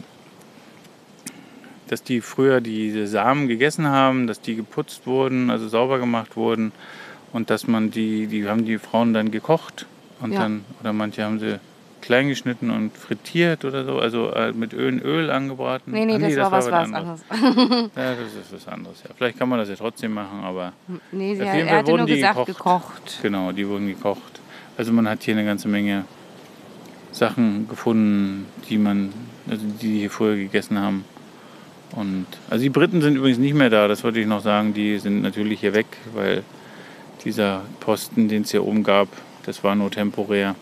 die früher diese Samen gegessen haben, dass die geputzt wurden, also sauber gemacht wurden, und dass man die haben die Frauen dann gekocht und dann, oder manche haben sie klein geschnitten und frittiert oder so, also mit Öl angebraten. Nee, das war was anderes. Ja, das ist was anderes. Ja. Vielleicht kann man das ja trotzdem machen, aber Nee, auf jeden er Fall hatte wurden nur die gesagt, gekocht. Genau, die wurden gekocht. Also man hat hier eine ganze Menge Sachen gefunden, die hier früher gegessen haben. Und also die Briten sind übrigens nicht mehr da, das wollte ich noch sagen. Die sind natürlich hier weg, weil dieser Posten, den es hier oben gab, das war nur temporär.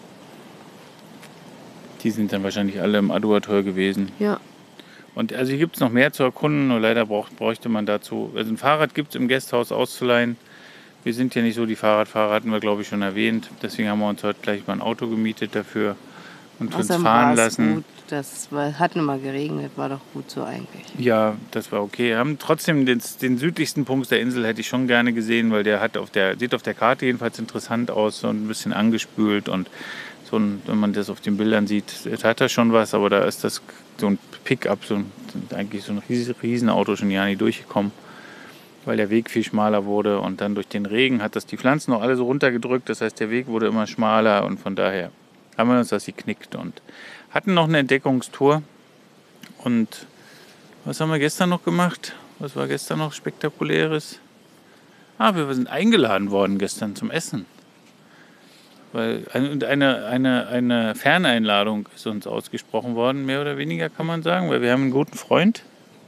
Die sind dann wahrscheinlich alle im Aduator gewesen. Ja. Und also hier gibt es noch mehr zu erkunden, nur leider bräuchte man dazu. Also ein Fahrrad gibt es im Gasthaus auszuleihen. Wir sind ja nicht so die Fahrradfahrer, hatten wir glaube ich schon erwähnt. Deswegen haben wir uns heute gleich mal ein Auto gemietet dafür und uns Außerdem fahren war es lassen. gut. Hat nur mal geregnet, war doch gut so eigentlich. Ja, das war okay. Wir haben trotzdem den südlichsten Punkt der Insel hätte ich schon gerne gesehen, weil der sieht auf der Karte jedenfalls interessant aus, so ein bisschen angespült, und wenn man das auf den Bildern sieht, hat er schon was, aber da ist das so ein Pickup, eigentlich so ein Riesenauto schon ja nicht durchgekommen, weil der Weg viel schmaler wurde, und dann durch den Regen hat das die Pflanzen noch alle so runtergedrückt, das heißt der Weg wurde immer schmaler, und von daher haben wir uns das geknickt und hatten noch eine Entdeckungstour. Und was haben wir gestern noch gemacht? Was war gestern noch Spektakuläres? Wir sind eingeladen worden gestern zum Essen. Weil eine Ferneinladung ist uns ausgesprochen worden, mehr oder weniger kann man sagen, weil wir haben einen guten Freund,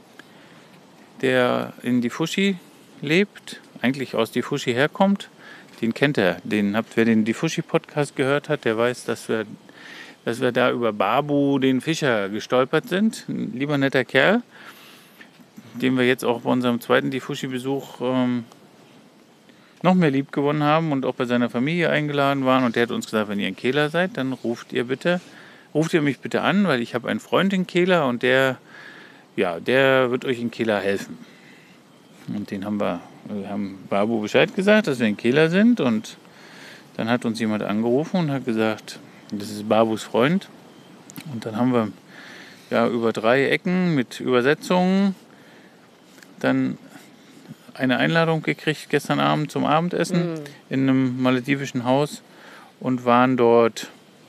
der in Difushi lebt, eigentlich aus Difushi herkommt. Den kennt er. Wer den Difushi-Podcast gehört hat, der weiß, dass wir da über Babu, den Fischer, gestolpert sind. Ein lieber netter Kerl, den wir jetzt auch bei unserem zweiten Difushi-Besuch noch mehr lieb gewonnen haben und auch bei seiner Familie eingeladen waren. Und der hat uns gesagt, wenn ihr in Kehla seid, dann ruft ihr mich bitte an, weil ich habe einen Freund in Kehla und der wird euch in Kehla helfen. Und wir haben Babu Bescheid gesagt, dass wir in Kehla sind, und dann hat uns jemand angerufen und hat gesagt, das ist Babus Freund. Und dann haben wir über 3 Ecken mit Übersetzungen dann eine Einladung gekriegt gestern Abend zum Abendessen in einem maledivischen Haus und waren dort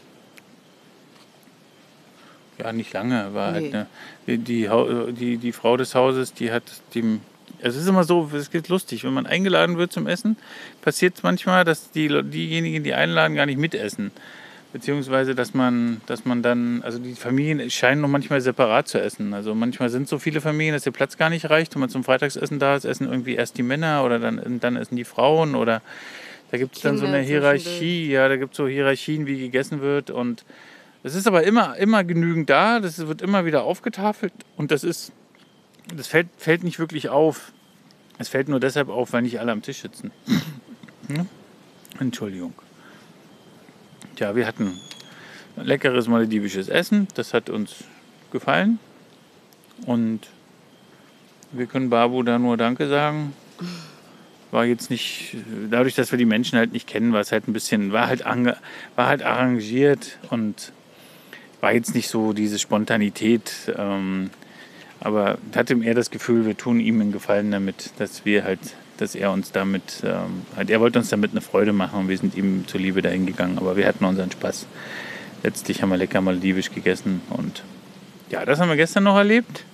nicht lange. War halt die Frau des Hauses, die hat es ist immer so, es geht lustig, wenn man eingeladen wird zum Essen, passiert es manchmal, dass diejenigen, die einladen, gar nicht mitessen. Beziehungsweise, dass man dann, also die Familien scheinen noch manchmal separat zu essen. Also manchmal sind so viele Familien, dass der Platz gar nicht reicht. Wenn man zum Freitagsessen da ist, essen irgendwie erst die Männer oder dann essen die Frauen oder Da gibt es dann so Kinder eine Hierarchie, ja, da gibt es so Hierarchien, wie gegessen wird. Und es ist aber immer genügend da, das wird immer wieder aufgetafelt und das fällt nicht wirklich auf. Es fällt nur deshalb auf, weil nicht alle am Tisch sitzen. Ja? Entschuldigung. Tja, wir hatten leckeres maledivisches Essen, das hat uns gefallen. Und wir können Babu da nur Danke sagen. War jetzt nicht, dadurch, dass wir die Menschen halt nicht kennen, war es halt ein bisschen, war halt arrangiert und war jetzt nicht so diese Spontanität. Aber hatte eher das Gefühl, wir tun ihm einen Gefallen damit, dass er uns damit, er wollte uns damit eine Freude machen und wir sind ihm zuliebe dahin gegangen. Aber wir hatten unseren Spaß. Letztlich haben wir lecker maledivisch gegessen und ja, das haben wir gestern noch erlebt.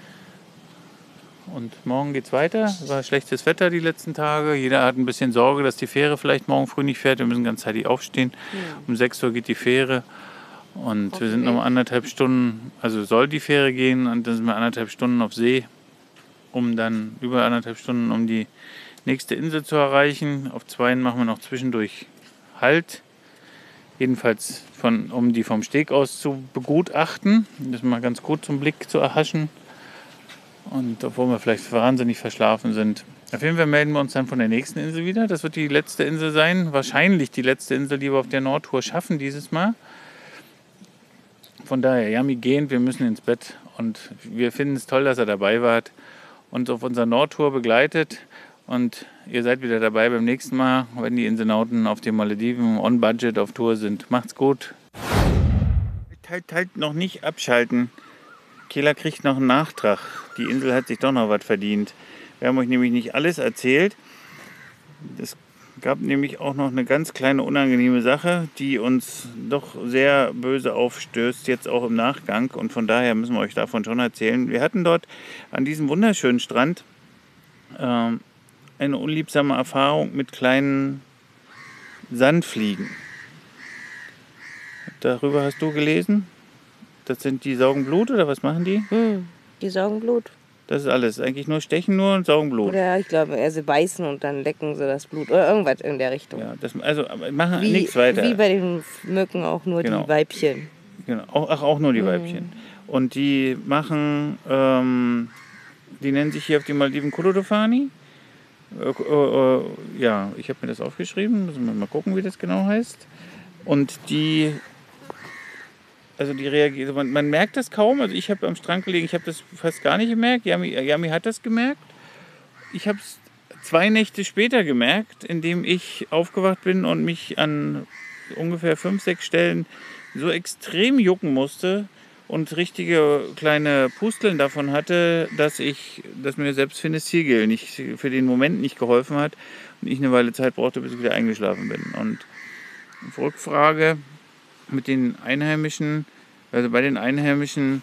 Und morgen geht's weiter. War schlechtes Wetter die letzten Tage. Jeder hat ein bisschen Sorge, dass die Fähre vielleicht morgen früh nicht fährt. Wir müssen ganzzeitig aufstehen. Ja. Um 6 Uhr geht die Fähre. Und wir sind noch 1,5 Stunden, also soll die Fähre gehen. Und dann sind wir 1,5 Stunden auf See, um dann über 1,5 Stunden um die nächste Insel zu erreichen. Auf 2 machen wir noch zwischendurch Halt. Jedenfalls um die vom Steg aus zu begutachten. Das ist mal ganz gut zum Blick zu erhaschen. Und obwohl wir vielleicht wahnsinnig verschlafen sind. Auf jeden Fall melden wir uns dann von der nächsten Insel wieder. Das wird die letzte Insel sein. Wahrscheinlich die letzte Insel, die wir auf der Nordtour schaffen dieses Mal. Von daher, Yami gehend, wir müssen ins Bett. Und wir finden es toll, dass ihr dabei wart. Uns auf unserer Nordtour begleitet. Und ihr seid wieder dabei beim nächsten Mal, wenn die Inselnauten auf den Malediven on Budget auf Tour sind. Macht's gut. Halt noch nicht abschalten. Kela kriegt noch einen Nachtrag. Die Insel hat sich doch noch was verdient. Wir haben euch nämlich nicht alles erzählt. Es gab nämlich auch noch eine ganz kleine unangenehme Sache, die uns doch sehr böse aufstößt, jetzt auch im Nachgang. Und von daher müssen wir euch davon schon erzählen. Wir hatten dort an diesem wunderschönen Strand eine unliebsame Erfahrung mit kleinen Sandfliegen. Darüber hast du gelesen? Das sind die saugen Blut oder was machen die? Die saugen Blut. Das ist alles. Eigentlich nur stechen nur und saugen Blut. Oder ich glaube, sie beißen und dann lecken sie das Blut. Oder irgendwas in der Richtung. Ja, aber machen nichts weiter. Wie bei den Mücken auch nur die Weibchen. Genau, auch nur die Weibchen. Und die machen, die nennen sich hier auf den Malediven Kolodofani. Ja, ich habe mir das aufgeschrieben. Müssen wir mal gucken, wie das genau heißt. Und die reagieren, man merkt das kaum. Also ich habe am Strand gelegen, ich habe das fast gar nicht gemerkt. Yami hat das gemerkt. Ich habe es 2 Nächte später gemerkt, indem ich aufgewacht bin und mich an ungefähr 5, 6 Stellen so extrem jucken musste und richtige kleine Pusteln davon hatte, dass mir selbst Phenezigel nicht für den Moment nicht geholfen hat und ich eine Weile Zeit brauchte, bis ich wieder eingeschlafen bin. Und auf Rückfrage mit den Einheimischen, also bei den Einheimischen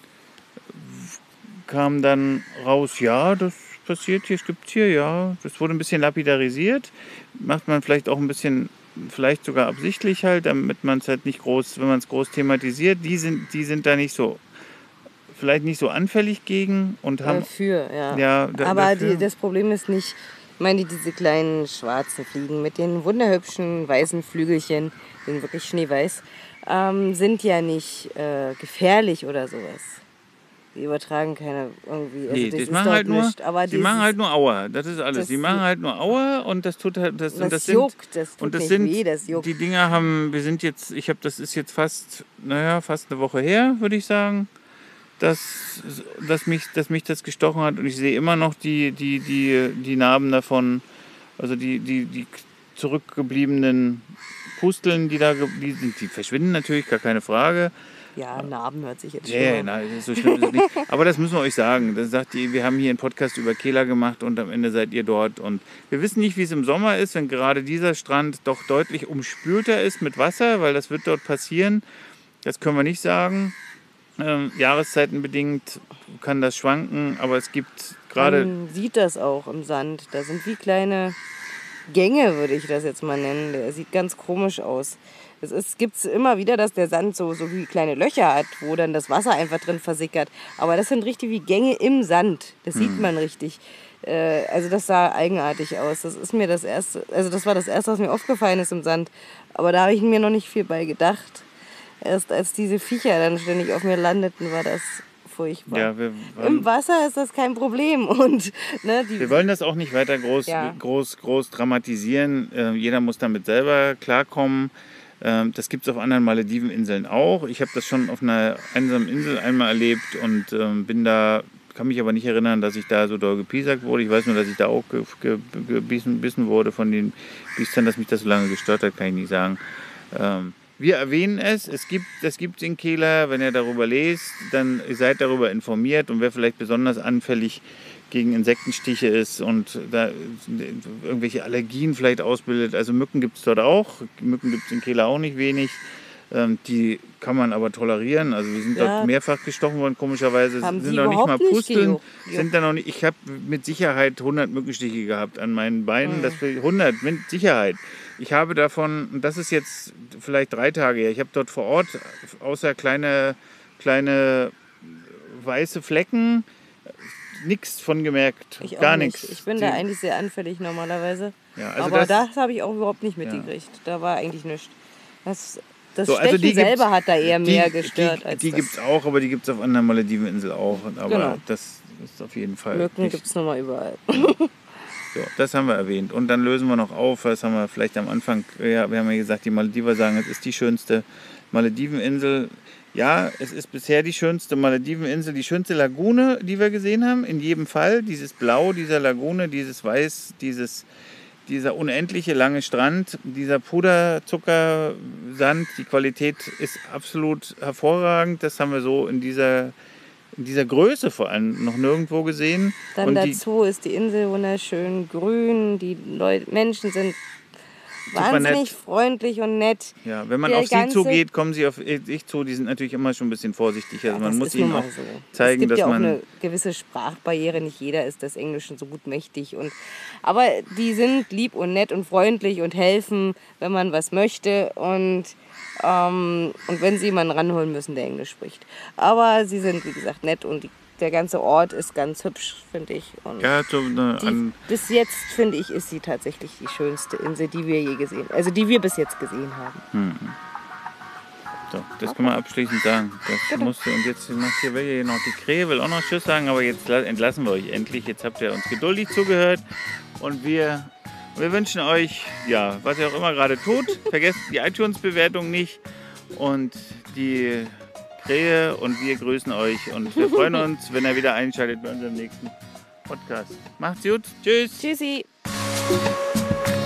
kam dann raus, ja, das passiert hier, gibt's hier, ja. Das wurde ein bisschen lapidarisiert, macht man vielleicht auch ein bisschen, vielleicht sogar absichtlich halt, damit man es halt nicht groß, wenn man es groß thematisiert, die sind da nicht so, vielleicht nicht so anfällig gegen und haben... Aber das Problem ist nicht, ich meine, diese kleinen schwarzen Fliegen mit den wunderhübschen weißen Flügelchen, die sind wirklich schneeweiß, sind ja nicht gefährlich oder sowas. Die übertragen keine irgendwie. Also nee, das machen halt nur, nicht, aber die machen halt nur Aua. Das ist alles. Die machen halt nur Aua und das tut halt. Das juckt, das tut nicht weh, das juckt. Die Dinger haben, das ist jetzt fast eine Woche her, würde ich sagen, dass mich das gestochen hat und ich sehe immer noch die Narben davon, also die zurückgebliebenen Pusteln, die verschwinden natürlich, gar keine Frage. Ja, Narben hört sich jetzt schon. Ja, nein, so schlimm ist es nicht. Aber das müssen wir euch sagen. Das sagt wir haben hier einen Podcast über Kela gemacht und am Ende seid ihr dort. Und wir wissen nicht, wie es im Sommer ist, wenn gerade dieser Strand doch deutlich umspülter ist mit Wasser, weil das wird dort passieren. Das können wir nicht sagen. Jahreszeitenbedingt kann das schwanken, aber es gibt gerade... Man sieht das auch im Sand. Da sind wie kleine Gänge, würde ich das jetzt mal nennen. Der sieht ganz komisch aus. Es gibt immer wieder, dass der Sand so wie kleine Löcher hat, wo dann das Wasser einfach drin versickert. Aber das sind richtig wie Gänge im Sand. Das sieht man richtig. Also das sah eigenartig aus. Das ist mir das war das Erste, was mir aufgefallen ist im Sand. Aber da habe ich mir noch nicht viel bei gedacht. Erst als diese Viecher dann ständig auf mir landeten, war das furchtbar. Ja, im Wasser ist das kein Problem. Und, ne, wir wollen das auch nicht weiter groß dramatisieren. Jeder muss damit selber klarkommen. Das gibt es auf anderen Malediveninseln auch. Ich habe das schon auf einer einsamen Insel einmal erlebt und kann mich aber nicht erinnern, dass ich da so doll gepiesackt wurde. Ich weiß nur, dass ich da auch gebissen wurde von den Biestern. Dass mich das so lange gestört hat, kann ich nicht sagen. Wir erwähnen es gibt in Kehler. Wenn ihr darüber lest, dann seid darüber informiert. Und wer vielleicht besonders anfällig gegen Insektenstiche ist und da irgendwelche Allergien vielleicht ausbildet. Also Mücken gibt es dort auch. Mücken gibt es in Kehler auch nicht wenig. Die kann man aber tolerieren. Also wir sind dort mehrfach gestochen worden, komischerweise. Haben sind Sie noch nicht mal überhaupt nicht Pusteln. gejuckt? Ich habe mit Sicherheit 100 Mückenstiche gehabt an meinen Beinen. Das 100 mit Sicherheit. Ich habe davon, und das ist jetzt vielleicht 3 Tage her, ich habe dort vor Ort außer kleine weiße Flecken nichts von gemerkt. Ich auch gar nicht. nichts. Ich bin da eigentlich sehr anfällig normalerweise. Ja, also aber das habe ich auch überhaupt nicht mitgekriegt. Da war eigentlich nichts. Das So, Stechen also selber hat da eher mehr gestört. Die gibt es auch, aber die gibt es auf anderen Malediveninseln auch. Aber Genau. das ist auf jeden Fall. Mücken gibt es nochmal überall. So, das haben wir erwähnt. Und dann lösen wir noch auf, was haben wir vielleicht am Anfang, ja, wir haben ja gesagt, die Malediver sagen, es ist die schönste Malediveninsel. Ja, es ist bisher die schönste Malediveninsel, die schönste Lagune, die wir gesehen haben, in jedem Fall. Dieses Blau dieser Lagune, dieses Weiß, dieser unendliche lange Strand, dieser Puderzuckersand, die Qualität ist absolut hervorragend. Das haben wir so in dieser Größe vor allem noch nirgendwo gesehen. Dann und dazu ist die Insel wunderschön grün, die Menschen sind wahnsinnig freundlich und nett. Ja, wenn man auf sie zugeht, kommen sie auf sich zu. Die sind natürlich immer schon ein bisschen vorsichtig. Also man muss ihnen auch zeigen, dass man... Es gibt ja auch eine gewisse Sprachbarriere. Nicht jeder ist des Englischen so gut mächtig. Aber die sind lieb und nett und freundlich und helfen, wenn man was möchte. Und wenn sie jemanden ranholen müssen, der Englisch spricht. Aber sie sind, wie gesagt, nett und der ganze Ort ist ganz hübsch, finde ich. Und ja, bis jetzt, finde ich, ist sie tatsächlich die schönste Insel, die wir je gesehen haben. Also die wir bis jetzt gesehen haben. So, das kann man abschließend sagen. Das musste, und jetzt will hier noch die Krähe, will auch noch Tschüss sagen, aber jetzt entlassen wir euch endlich. Jetzt habt ihr uns geduldig zugehört und wir wünschen euch, ja, was ihr auch immer gerade tut, vergesst die iTunes-Bewertung nicht und die Krähe und wir grüßen euch und wir freuen uns, wenn ihr wieder einschaltet bei unserem nächsten Podcast. Macht's gut. Tschüss. Tschüssi.